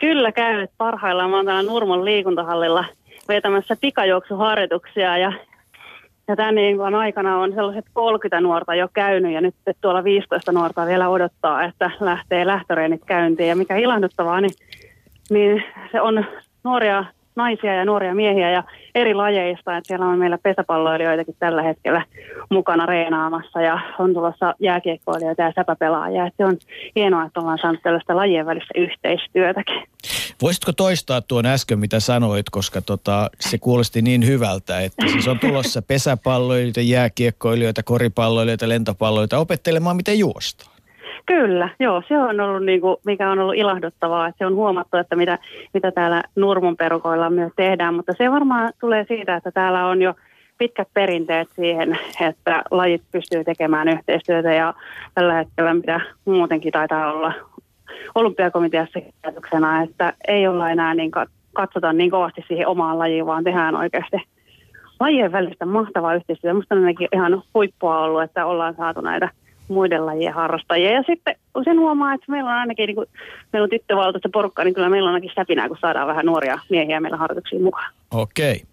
Kyllä käy, että parhaillaan mä oon täällä Nurmon liikuntahallilla vetämässä pikajuoksuharjoituksia ja tämän niin kuin aikana on sellaiset 30 nuorta jo käynyt ja nyt tuolla 15 nuorta vielä odottaa, että lähtee lähtöreenit käyntiin. Ja mikä ilahduttavaa, niin se on nuoria naisia ja nuoria miehiä ja eri lajeista. Että siellä on meillä pesäpalloilijoitakin tällä hetkellä mukana reenaamassa ja on tulossa jääkiekkoilijoita ja säpäpelaajia. Että se on hienoa, että ollaan saanut tällaista lajien välistä yhteistyötäkin. Voisitko toistaa tuon äsken, mitä sanoit, koska se kuulosti niin hyvältä, että siis on tulossa pesäpalloilijoita, jääkiekkoilijoita, koripalloilijoita, lentopalloilijoita opettelemaan, miten juostaan? Kyllä, joo, se on ollut mikä on ollut ilahduttavaa, että se on huomattu, että mitä täällä Nurmon perukoilla myös tehdään, mutta se varmaan tulee siitä, että täällä on jo pitkät perinteet siihen, että lajit pystyy tekemään yhteistyötä ja tällä hetkellä mitä muutenkin taitaa olla olympiakomiteassa ajatuksena, että ei olla enää katsota niin kovasti siihen omaan lajiin, vaan tehdään oikeasti lajien välistä mahtavaa yhteistyötä. Musta on ainakin ihan huippua ollut, että ollaan saatu näitä muiden lajien harrastajia. Ja sitten sen huomaa, että meillä on ainakin, niin kun meillä on tyttövaltaista porukkaa, niin kyllä meillä on ainakin säpinää, kun saadaan vähän nuoria miehiä meillä harjoituksiin mukaan. Okei.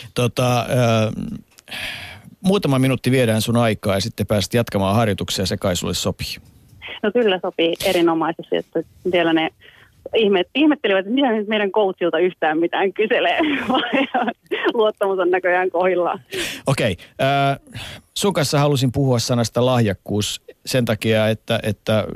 Muutama minuutti viedään sun aikaa ja sitten pääset jatkamaan harjoituksia, se kai sulle sopii. No kyllä sopii erinomaisesti, että siellä ne ihmettelivät, että mitä nyt meidän coachilta yhtään mitään kyselee, luottamus on näköjään kohdillaan. Okei. Sun kanssa halusin puhua sanasta lahjakkuus sen takia, että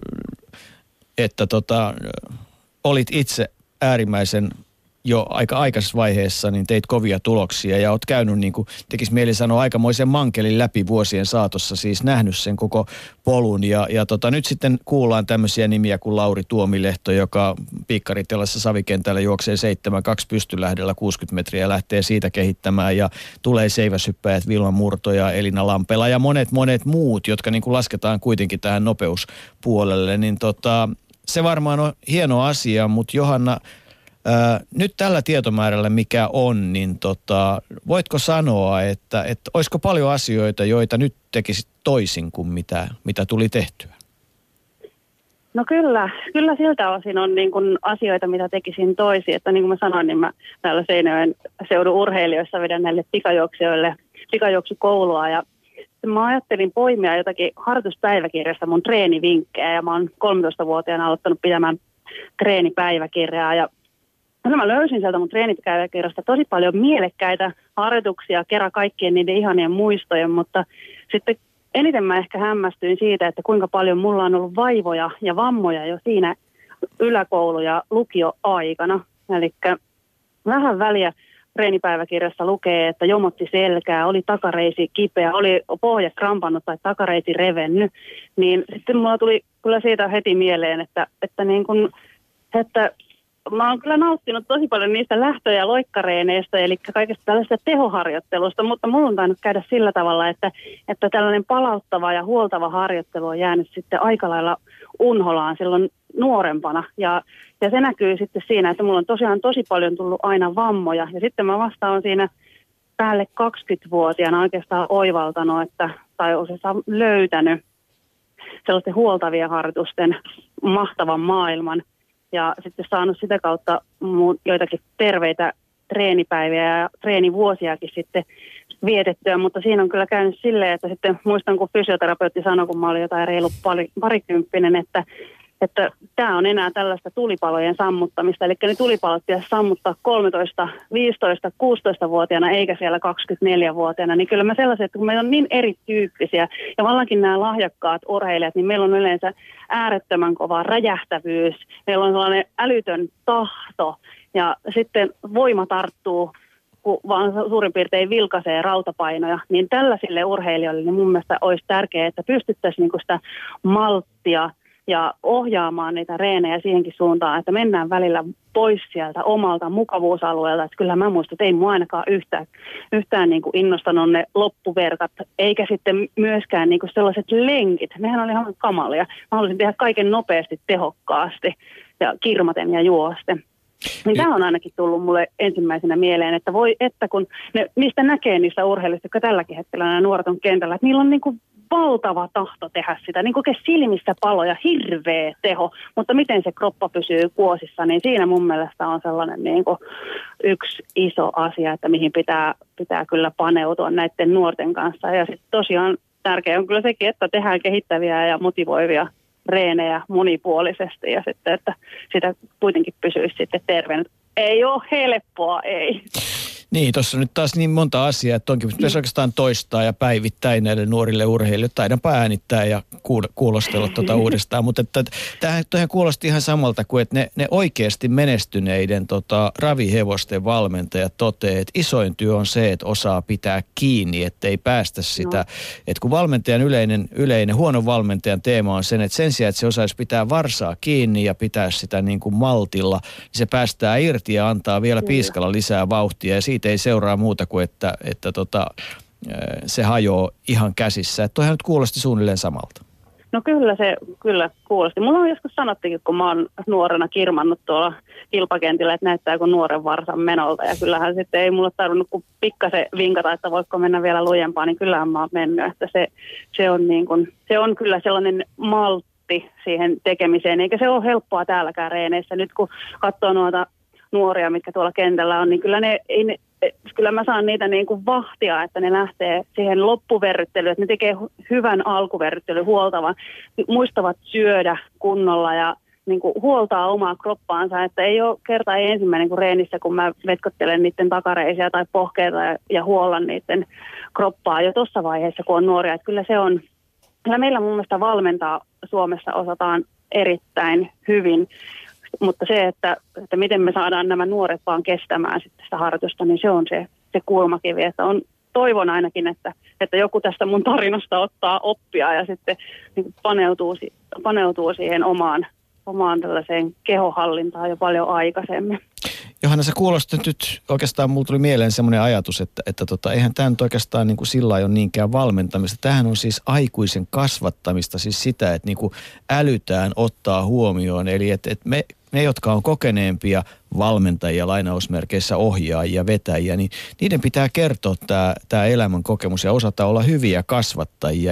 olit itse äärimmäisen jo aika aikaisessa vaiheessa, niin teit kovia tuloksia ja oot käynyt, niin kuin tekisi mieli sanoa, aikamoisen mankelin läpi vuosien saatossa, siis nähnyt sen koko polun. Ja nyt sitten kuullaan tämmöisiä nimiä kuin Lauri Tuomilehto, joka Piikkaritelassa Savikentällä juoksee 7.2 pystylähdellä 60 metriä ja lähtee siitä kehittämään. Ja tulee seiväshyppäjät Vilma Murto ja Elina Lampela ja monet muut, jotka niin kuin lasketaan kuitenkin tähän nopeuspuolelle. Niin se varmaan on hieno asia, mutta Johanna, nyt tällä tietomäärällä, mikä on, niin voitko sanoa, että olisiko paljon asioita, joita nyt tekisit toisin kuin mitä tuli tehtyä? No kyllä siltä osin on niin kuin asioita, mitä tekisin toisin. Että niin kuin mä sanoin, niin mä täällä Seinäjoen seudun urheilijoissa vedän näille pikajuoksijoille pikajuoksukoulua ja mä ajattelin poimia jotakin harjoituspäiväkirjasta mun treenivinkkejä ja mä oon 13-vuotiaana aloittanut pitämään treenipäiväkirjaa ja mä löysin sieltä mun treenipäiväkirjasta tosi paljon mielekkäitä harjoituksia, kerran kaikkien niiden ihanien muistojen, mutta sitten eniten mä ehkä hämmästyin siitä, että kuinka paljon mulla on ollut vaivoja ja vammoja jo siinä yläkoulu- ja lukioaikana. Eli vähän väliä treenipäiväkirjassa lukee, että jomotti selkää, oli takareisi kipeä, oli pohja krampannut tai takareisi revennyt, niin sitten mulla tuli kyllä siitä heti mieleen, että mä oon kyllä nauttinut tosi paljon niistä lähtö- ja loikkareeneistä, eli kaikesta tällaista tehoharjoittelusta, mutta mulla on tainnut käydä sillä tavalla, että tällainen palauttava ja huoltava harjoittelu on jäänyt sitten aika lailla unholaan silloin nuorempana. Ja se näkyy sitten siinä, että mulla on tosiaan tosi paljon tullut aina vammoja, ja sitten mä vasta on siinä päälle 20-vuotiaana oikeastaan oivaltanut, tai osassa löytänyt sellaisten huoltavien harjoitusten mahtavan maailman, ja sitten saanut sitä kautta joitakin terveitä treenipäiviä ja treenivuosiakin sitten vietettyä, mutta siinä on kyllä käynyt silleen, että sitten muistan, kun fysioterapeutti sanoi, kun mä olin jotain reilu parikymppinen, että tämä on enää tällaista tulipalojen sammuttamista, eli ne tulipalot pitäisi sammuttaa 13, 15, 16-vuotiaana eikä siellä 24-vuotiaana, niin kyllä mä sellaiset, että kun meillä on niin erityyppisiä ja vallankin nämä lahjakkaat urheilijat, niin meillä on yleensä äärettömän kova räjähtävyys, meillä on sellainen älytön tahto ja sitten voima tarttuu, kun vaan suurin piirtein vilkaisee rautapainoja, niin tällaisille urheilijoille niin mun mielestä olisi tärkeää, että pystyttäisiin niinku sitä malttia ja ohjaamaan niitä reenejä siihenkin suuntaan, että mennään välillä pois sieltä omalta mukavuusalueelta. Että kyllä mä muistan, että ei mua ainakaan yhtään niin kuin innostanut ne loppuverkat, eikä sitten myöskään niin kuin sellaiset lenkit. Nehän oli ihan kamalia. Mä haluaisin tehdä kaiken nopeasti, tehokkaasti ja kirmaten ja juosten. Niin tämä on ainakin tullut mulle ensimmäisenä mieleen, että kun niistä näkee niistä urheilijoista, jotka tälläkin hetkellä nämä nuoret on kentällä, että niillä on niin kuin valtava tahto tehdä sitä, niin kuin silmissä paloja, hirveä teho, mutta miten se kroppa pysyy kuosissa, niin siinä mun mielestä on sellainen niin kuin yksi iso asia, että mihin pitää kyllä paneutua näiden nuorten kanssa. Ja sitten tosiaan tärkeää on kyllä sekin, että tehdään kehittäviä ja motivoivia reenejä monipuolisesti ja sitten, että sitä kuitenkin pysyisi sitten terveenä. Ei ole helppoa, ei. Niin, tuossa on nyt taas niin monta asiaa, että onkin pitäisi oikeastaan toistaa ja päivittäin näille nuorille urheilijoille. Taidanpa äänittää ja kuulostella uudestaan, mutta tämähän kuulosti ihan samalta kuin, että ne oikeasti menestyneiden ravihevosten valmentajat toteaa, että isoin työ on se, että osaa pitää kiinni, ettei päästä sitä. No. Että kun valmentajan yleinen huonon valmentajan teema on sen, että sen sijaan, että se osaisi pitää varsaa kiinni ja pitää sitä niin kuin maltilla, niin se päästää irti ja antaa vielä piiskalla lisää vauhtia ja siitä ei seuraa muuta kuin, että se hajoaa ihan käsissä. Että toihan nyt kuulosti suunnilleen samalta. No kyllä kuulosti. Mulla on joskus sanottikin, kun mä oon nuorena kirmannut tuolla kilpakentillä, että näyttää kuin nuoren varsan menolta. Ja kyllähän sitten ei mulle tarvinnut kuin pikkasen vinkata, että voiko mennä vielä lujempaa, niin kyllähän mä oon mennyt. Että se on kyllä sellainen maltti siihen tekemiseen, eikä se ole helppoa täälläkään reeneissä. Nyt kun katsoo noita nuoria, mitkä tuolla kentällä on, niin kyllä mä saan niitä niin kuin vahtia, että ne lähtee siihen loppuverryttelyyn, että ne tekee hyvän alkuverryttelyn huoltavan, muistavat syödä kunnolla ja niin kuin huoltaa omaa kroppaansa, että ei ole kerta ensimmäinen kuin reenissä, kun mä vetkottelen niiden takareisia tai pohkeita ja huollan niiden kroppaa jo tuossa vaiheessa, kun on nuoria, että kyllä meillä mun mielestä valmentaa Suomessa osataan erittäin hyvin. Mutta se, että miten me saadaan nämä nuoret vaan kestämään sitten sitä harjoitusta, niin se on se kulmakivi. Että toivon ainakin, että joku tästä mun tarinasta ottaa oppia ja sitten niin paneutuu siihen omaan tällaiseen kehohallintaan jo paljon aikaisemmin. Johanna, sä kuulostat nyt, oikeastaan mulla tuli mieleen semmoinen ajatus, että eihän tämä nyt oikeastaan niin kuin sillä lailla ole niinkään valmentamista. Tämähän on siis aikuisen kasvattamista, siis sitä, että niin kuin älytään ottaa huomioon. Eli että me, jotka on kokeneempia valmentajia, lainausmerkeissä ohjaajia, vetäjiä, niin niiden pitää kertoa tämä elämän kokemus ja osata olla hyviä kasvattajia,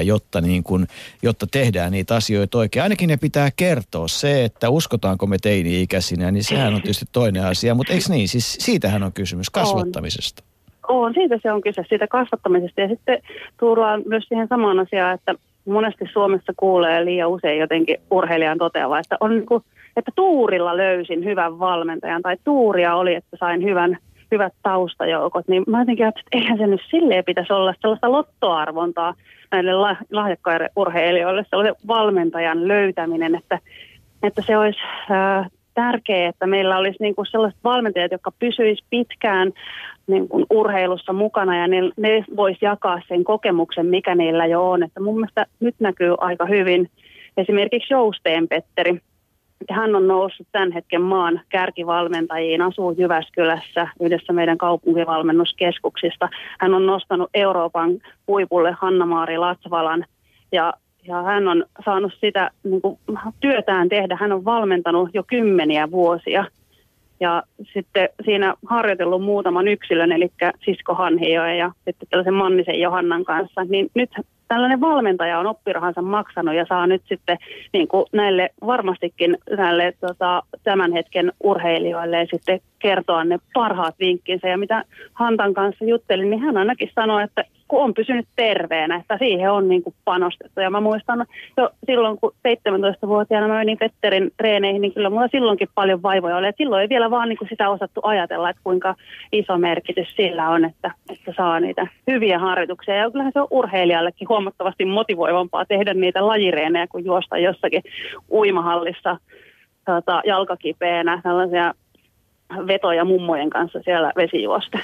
jotta tehdään niitä asioita oikein. Ainakin ne pitää kertoa se, että uskotaanko me teini-ikäisinä, niin sehän on tietysti toinen asia, mutta eikö niin? Siis siitähän on kysymys, kasvattamisesta. On, siitä se on kyse, siitä kasvattamisesta. Ja sitten tuodaan myös siihen samaan asiaan, että monesti Suomessa kuulee liian usein jotenkin urheilijan toteava, että on niin kuin, että tuurilla löysin hyvän valmentajan tai tuuria oli, että sain hyvät taustajoukot, niin mä jotenkin ajattelin, että eihän se nyt silleen pitäisi olla sellaista lottoarvontaa näille lahjakkaille urheilijoille, sellaisen valmentajan löytäminen, että se olisi tärkeää, että meillä olisi niin kuin sellaiset valmentajat, jotka pysyisivät pitkään niin kuin urheilussa mukana ja ne vois jakaa sen kokemuksen, mikä niillä jo on. Että mun mielestä nyt näkyy aika hyvin esimerkiksi Jousteen Petteri. Hän on noussut tämän hetken maan kärkivalmentajiin, asuu Jyväskylässä yhdessä meidän kaupunkivalmennuskeskuksista. Hän on nostanut Euroopan huipulle Hanna-Maari Latsvalan ja hän on saanut sitä niin kuin työtään tehdä. Hän on valmentanut jo 10 vuosia ja sitten siinä harjoitellut muutaman yksilön, eli Sisko Hanhijoen ja sitten tällaisen Mannisen Johannan kanssa. Niin nyt tällainen valmentaja on oppirahansa maksanut ja saa nyt sitten niin kuin varmastikin näille tämän hetken urheilijoille sitten kertoa ne parhaat vinkkinsä. Ja mitä Hantan kanssa juttelin, niin hän ainakin sanoi, että kun on pysynyt terveenä, että siihen on niin kuin panostettu. Ja mä muistan jo silloin, kun 17-vuotiaana mä menin Petterin treeneihin, niin kyllä mulla silloinkin paljon vaivoja oli. Et silloin ei vielä vaan niin kuin sitä osattu ajatella, että kuinka iso merkitys sillä on, että saa niitä hyviä harjoituksia. Ja kyllähän se on urheilijallekin huomattavasti motivoivampaa tehdä niitä lajireenejä, kuin juosta jossakin uimahallissa jalkakipeänä, tällaisia vetoja mummojen kanssa siellä vesijuosta.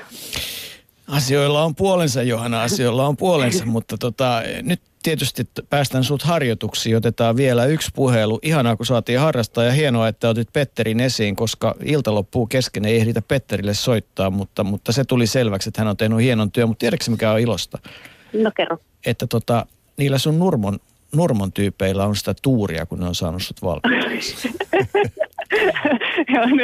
Asioilla on puolensa, Johanna, asioilla on puolensa, mutta nyt tietysti päästään sut harjoituksiin. Otetaan vielä yksi puhelu. Ihanaa, kun saatiin harrastaa ja hienoa, että otit Petterin esiin, koska ilta loppuu kesken, ei ehditä Petterille soittaa, mutta se tuli selväksi, että hän on tehnyt hienon työn. Mutta tiedätkö mikä on ilosta? No kerro. Että niillä sun Nurmon tyypeillä on sitä tuuria, kun ne on saanut sut valmiiksi.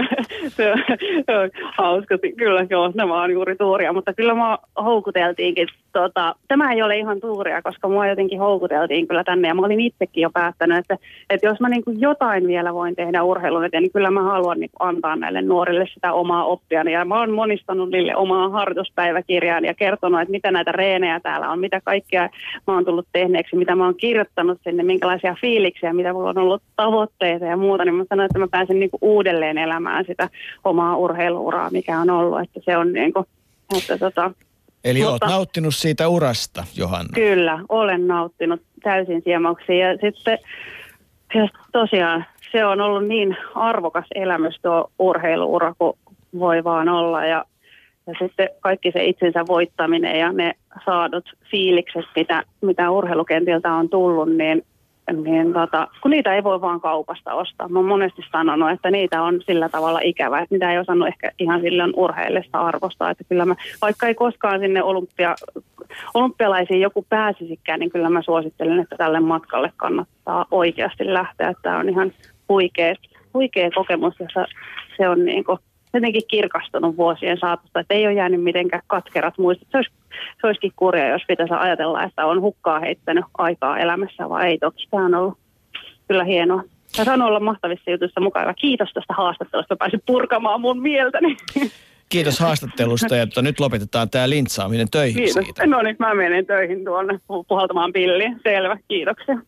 se on hauska. Kyllä, joo, nämä on juuri tuuria, mutta kyllä mä houkuteltiinkin. Tämä ei ole ihan tuuria, koska mua jotenkin houkuteltiin kyllä tänne ja mä olin itsekin jo päättänyt, että jos mä niin kuin jotain vielä voin tehdä urheilun eteen, niin kyllä mä haluan niin kuin antaa näille nuorille sitä omaa oppiani. Ja mä oon monistanut niille omaa harjoituspäiväkirjaan ja kertonut, että mitä näitä reenejä täällä on, mitä kaikkea mä oon tullut tehneeksi, mitä mä oon kirjoittanut sinne, minkälaisia fiiliksiä, mitä mulla on ollut tavoitteita ja muuta, niin mä sanoin, että mä pääsen niin kuin uudelleen elämään sitä omaa urheiluuraa, mikä on ollut, että se on niin kuin, että Eli olet nauttinut siitä urasta, Johanna. Kyllä, olen nauttinut täysin siemauksia. Ja sitten tosiaan se on ollut niin arvokas elämys tuo urheiluura, kuin voi vaan olla. Ja sitten kaikki se itsensä voittaminen ja ne saadut fiilikset, mitä urheilukentiltä on tullut, niin kun niitä ei voi vaan kaupasta ostaa. Mä oon monesti sanonut, että niitä on sillä tavalla ikävä, että niitä ei osannut ehkä ihan silloin urheillista arvostaa. Että kyllä mä, vaikka ei koskaan sinne olympialaisiin joku pääsisikään, niin kyllä mä suosittelen, että tälle matkalle kannattaa oikeasti lähteä. Tämä on ihan huikea kokemus, jossa se on niin kuin jotenkin kirkastunut vuosien saatosta, että ei ole jäänyt mitenkään katkerat muistot. Se olisikin kurja, jos pitäisi ajatella, että on hukkaa heittänyt aikaa elämässä, vai ei toki. Tämä on ollut kyllä hienoa. Mä saan olla mahtavissa jutuissa mukana. Kiitos tästä haastattelusta, pääsin purkamaan mun mieltäni. Kiitos haastattelusta, ja nyt lopetetaan tämä lintsaaminen töihin. Kiitos. Siitä. No niin, mä menen töihin tuonne puhaltamaan pilliin. Selvä, kiitoksia.